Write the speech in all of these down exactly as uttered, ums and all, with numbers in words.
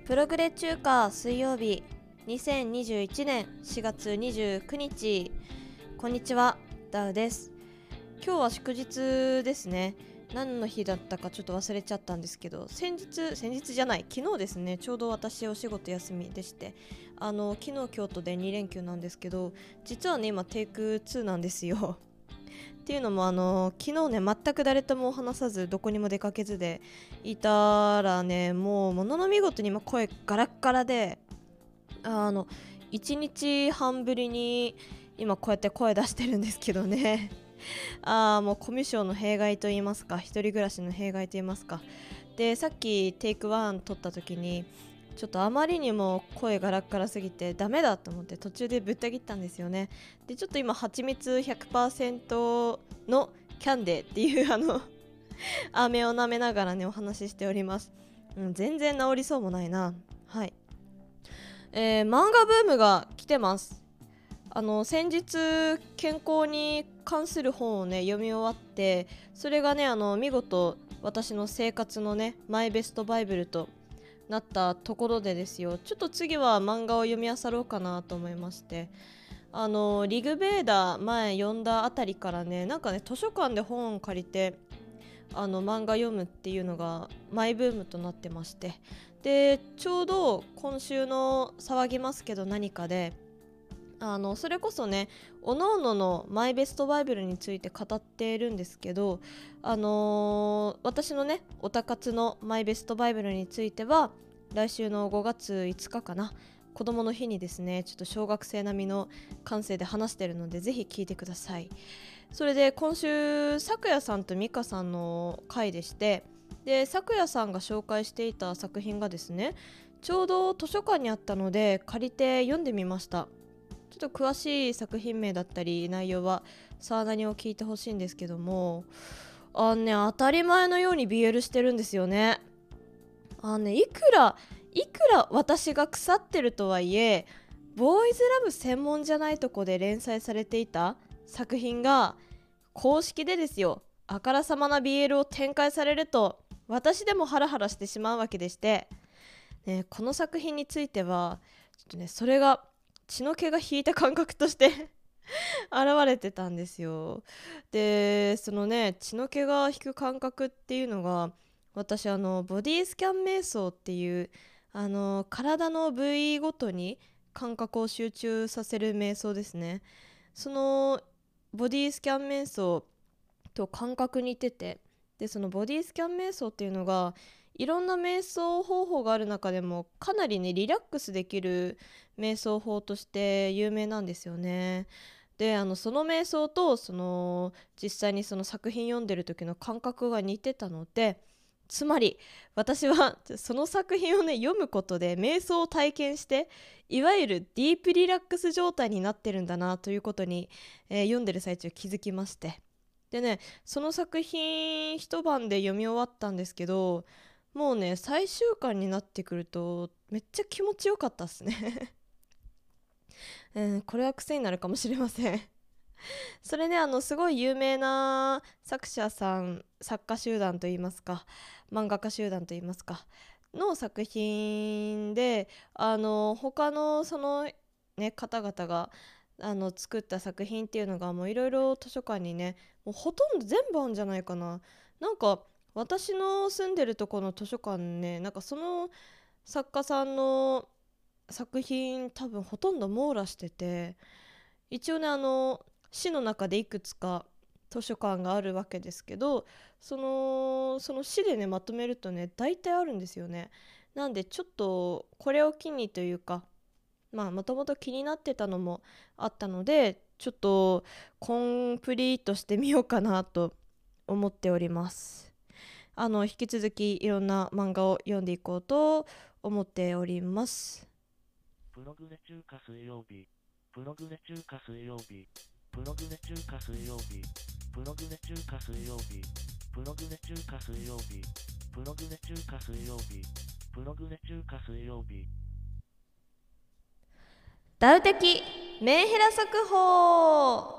プログレ中華水曜日にせんにじゅういちねんしがつにじゅうくにち、こんにちは、ダウです。今日は祝日ですね。何の日だったかちょっと忘れちゃったんですけど、先日先日じゃない昨日ですね。ちょうど私お仕事休みでして、あの昨日京都でにれんきゅうなんですけど、実はね今テイクツーなんですよ。っていうのもあの昨日ね全く誰とも話さずどこにも出かけずでいたらね、もうものの見事に今声ガラッガラで、あのいちにちはんぶりに今こうやって声出してるんですけどね。あーもうコミュ障の弊害と言いますか、一人暮らしの弊害と言いますか。でさっきテイクワン撮った時にちょっとあまりにも声ガラッガラすぎてダメだと思って途中でぶった切ったんですよね。でちょっと今蜂蜜 ひゃくパーセント のキャンデーっていうあの飴を舐めながらねお話ししております。うん、全然治りそうもないな。はい、えー、漫画ブームが来てます。あの先日健康に関する本をね読み終わって、それがねあの見事私の生活のねマイベストバイブルとなったところでですよ、ちょっと次は漫画を読み漁ろうかなと思いまして、あのリグベーダー前読んだあたりからね、なんかね図書館で本を借りてあの漫画読むっていうのがマイブームとなってまして、でちょうど今週の騒ぎますけど何かで、あのそれこそねおのおののマイベストバイブルについて語っているんですけど、あのー私のねオタ活のマイベストバイブルについては来週のごがついつかかな、子供の日にですねちょっと小学生並みの感性で話してるのでぜひ聞いてください。それで今週さくやさんとみかさんの回でして、でさくやさんが紹介していた作品がですねちょうど図書館にあったので借りて読んでみました。ちょっと詳しい作品名だったり内容はさあ何を聞いてほしいんですけども、あのね当たり前のように ビーエル してるんですよね。あのねいくらいくら私が腐ってるとはいえ、ボーイズラブ専門じゃないとこで連載されていた作品が公式でですよあからさまな ビーエル を展開されると私でもハラハラしてしまうわけでして、ね、この作品についてはちょっとねそれが血の気が引いた感覚として現れてたんですよ。でそのね血の気が引く感覚っていうのが、私あのボディスキャン瞑想っていうあの体の部位ごとに感覚を集中させる瞑想ですね。そのボディスキャン瞑想と感覚似てて、でそのボディスキャン瞑想っていうのがいろんな瞑想方法がある中でもかなりねリラックスできる瞑想法として有名なんですよね。であのその瞑想とその実際にその作品読んでる時の感覚が似てたので、つまり私はその作品をね読むことで瞑想を体験して、いわゆるディープリラックス状態になってるんだなということに、えー読んでる最中気づきまして、でねその作品一晩で読み終わったんですけど、もうね最終巻になってくるとめっちゃ気持ちよかったっすね。うん、これは癖になるかもしれません。それねあのすごい有名な作者さん作家集団といいますか漫画家集団といいますかの作品で、あの他のそのね方々があの作った作品っていうのがもういろいろ図書館にねもうほとんど全部あるんじゃないかな。なんか私の住んでるとこの図書館ね、なんかその作家さんの作品多分ほとんど網羅してて、一応ねあの市の中でいくつか図書館があるわけですけど、そのその市でねまとめるとね大体あるんですよね。なんでちょっとこれを機にというか、まあもともと気になってたのもあったのでちょっとコンプリートしてみようかなと思っております。あの引き続きいろんな漫画を読んでいこうと思っております。 プログレ中華水曜日、プログレ中華水曜日、プログレ中華水曜日、プログレ中華水曜日、プログレ中華水曜日、プログレ中華水曜日、プログレ中華水曜日。 ダウ的メンヘラ速報。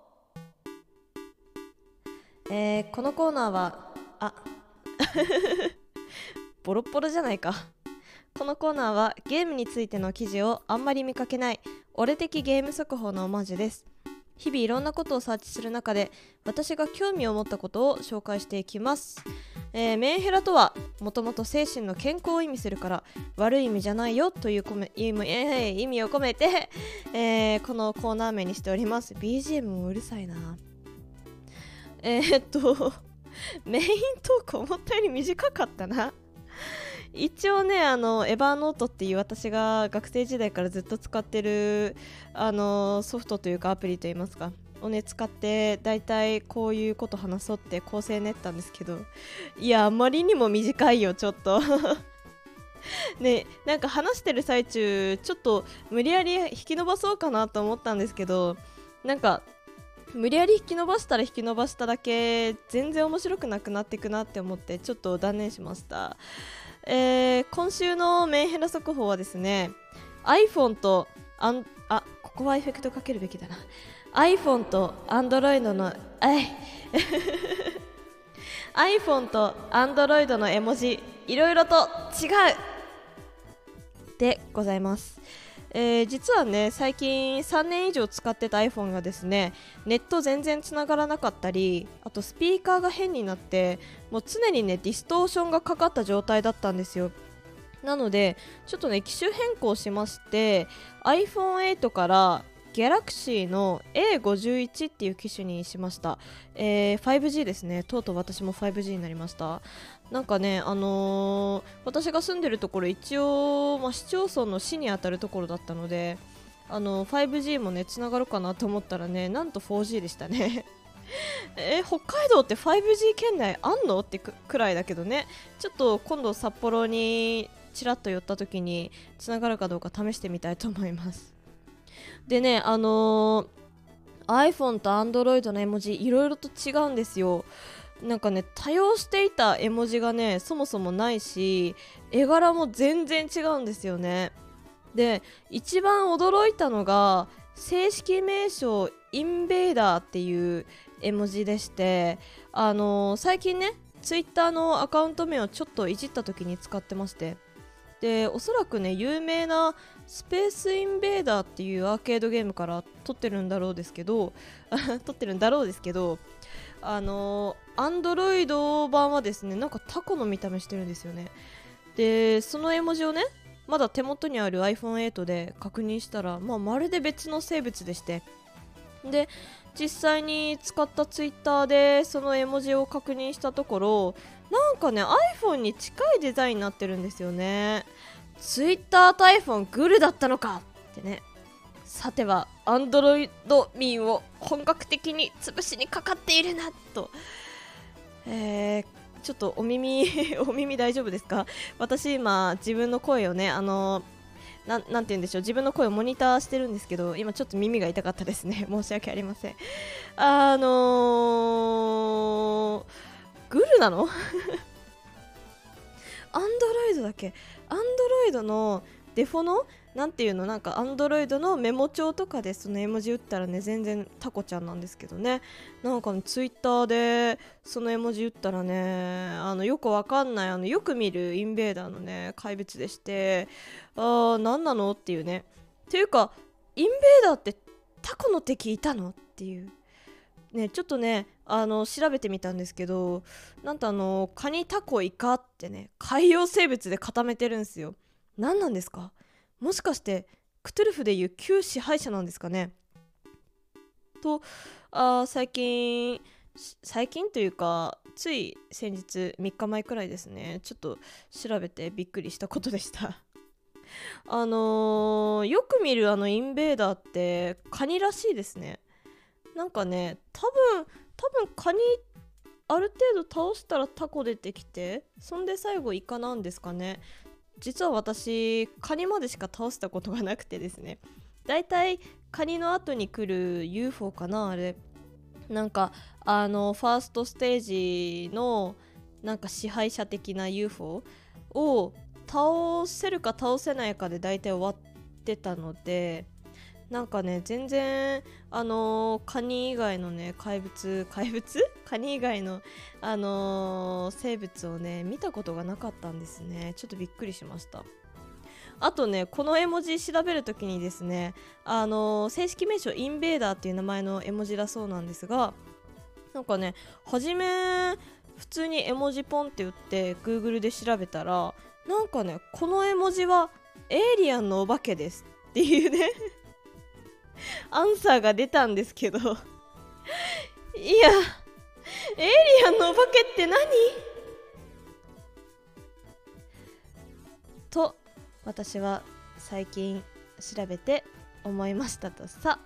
えー、このコーナーはあボロッボロじゃないかこのコーナーはゲームについての記事をあんまり見かけない俺的ゲーム速報のオマージュです。日々いろんなことをサーチする中で私が興味を持ったことを紹介していきます。えー、メンヘラとはもともと精神の健康を意味するから悪い意味じゃないよというコメ意味、えー、意味を込めて、えー、このコーナー名にしております。 ビージーエム もうるさいな。えー、っとメイントーク思ったより短かったな。一応ね、あのエヴァーノートっていう私が学生時代からずっと使ってるあのソフトというかアプリといいますかをね使ってだいたいこういうこと話そうって構成練ったんですけど、いやあまりにも短いよちょっとね、なんか話してる最中ちょっと無理やり引き伸ばそうかなと思ったんですけど、なんか無理やり引き伸ばしたら引き伸ばしただけ全然面白くなくなっていくなって思ってちょっと断念しました。えー、今週のメンヘラ速報はですね、 iPhone とアンあここはエフェクトかけるべきだな。 iPhone と Android のえいiPhone と Android の絵文字いろいろと違うでございます。えー、実はね最近さんねん以上使ってた iPhone がですねネット全然つながらなかったり、あとスピーカーが変になってもう常にねディストーションがかかった状態だったんですよ。なのでちょっとね機種変更しまして アイフォンエイト からギャラクシーの エーごじゅういち っていう機種にしました。えー、ファイブジー ですね。とうとう私も ファイブジー になりました。なんかね、あのー、私が住んでるところ一応、まあ、市町村の市にあたるところだったので、あのー、ファイブジー もねつながるかなと思ったらね、なんと フォージー でしたねえー、北海道って ファイブジー 圏内あんのってくらいだけどね、ちょっと今度札幌にちらっと寄った時につながるかどうか試してみたいと思います。でね、あのー、iPhone と Android の絵文字いろいろと違うんですよ。なんかね多用していた絵文字がねそもそもないし絵柄も全然違うんですよね。で一番驚いたのが正式名称インベーダーっていう絵文字でして、あのー、最近ね Twitter のアカウント名をちょっといじった時に使ってまして、でおそらくね有名なスペースインベーダーっていうアーケードゲームから撮ってるんだろうですけど撮ってるんだろうですけどあのアンドロイド版はですねなんかタコの見た目してるんですよね。でその絵文字をねまだ手元にある アイフォンエイト で確認したら、まあ、まるで別の生物でして、で実際に使ったツイッターでその絵文字を確認したところ、なんかね iPhone に近いデザインになってるんですよね。ツイッターと iPhone グルだったのかってね。さては Android 民を本格的に潰しにかかっているなと、えー、ちょっとお耳お耳大丈夫ですか？私今自分の声をねあのな, なんて言うんでしょう自分の声をモニターしてるんですけど、今ちょっと耳が痛かったですね。申し訳ありません。あのー、グルなのアンドロイドだけアンドロイドのデフォのなんていうのなんかアンドロイドのメモ帳とかでその絵文字打ったらね全然タコちゃんなんですけどね、なんか、ね、ツイッターでその絵文字打ったらねあのよくわかんないあのよく見るインベーダーのね怪物でして、あーなんなのっていうね、っていうかインベーダーってタコの敵いたのっていうね、ちょっとねあの調べてみたんですけど、なんとあのカニタコイカってね海洋生物で固めてるんですよ。何なんですか？もしかしてクトゥルフでいう旧支配者なんですかねと、あ最近最近というかつい先日みっかまえくらいですね、ちょっと調べてびっくりしたことでしたあのー、よく見るあのインベーダーってカニらしいですね。なんかね多分多分カニある程度倒したらタコ出てきて、そんで最後イカなんですかね。実は私カニまでしか倒したことがなくてですね、だいたいカニの後に来る ユーフォー かな、あれなんかあのファーストステージのなんか支配者的な ユーフォー を倒せるか倒せないかでだいたい終わってたので、なんかね全然あのー、カニ以外のね怪物怪物カニ以外のあのー、生物をね見たことがなかったんですね。ちょっとびっくりしました。 あとね、この絵文字調べるときにですね、あのー正式名称インベーダーっていう名前の絵文字だそうなんですが、なんかね、初め普通に絵文字ポンって打って Google で調べたら、なんかね、この絵文字はエイリアンのお化けですっていうねアンサーが出たんですけどいや、エイリアンのお化けって何と私は最近調べて思いましたとさ。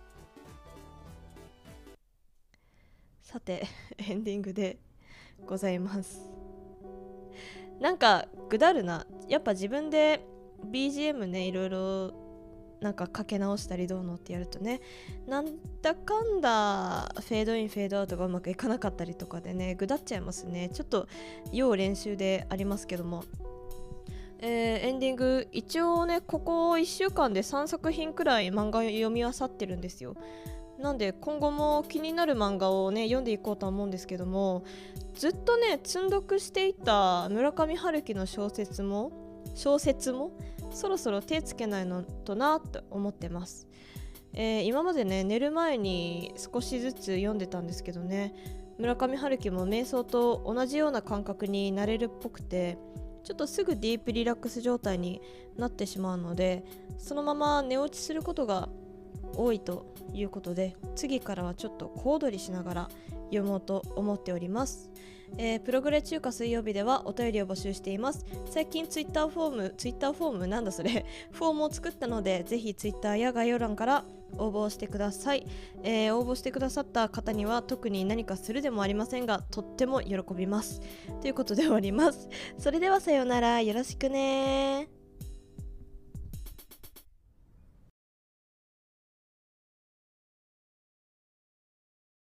さてエンディングでございます。なんかぐだるな、やっぱ自分で ビージーエム ね、いろいろなんかかけ直したりどうのってやるとね、なんだかんだフェードインフェードアウトがうまくいかなかったりとかでね、ぐだっちゃいますね。ちょっと要練習でありますけども、えー、エンディング一応ね、ここいっしゅうかんでさんさく品くらい漫画読み漁ってるんですよ。なんで今後も気になる漫画をね読んでいこうとは思うんですけども、ずっとね積んどくしていた村上春樹の小説も小説もそろそろ手つけないのとなと思ってます。えー、今までね寝る前に少しずつ読んでたんですけどね、村上春樹も瞑想と同じような感覚になれるっぽくて、ちょっとすぐディープリラックス状態になってしまうので、そのまま寝落ちすることが多いということで、次からはちょっと小躍りしながら読もうと思っております。えー、プログレ中華水曜日ではお便りを募集しています。最近ツイッターフォームツイッターフォームなんだそれフォームを作ったので、ぜひツイッターや概要欄から応募してください。えー、応募してくださった方には特に何かするでもありませんが、とっても喜びますということで終わります。それではさようなら、よろしくね。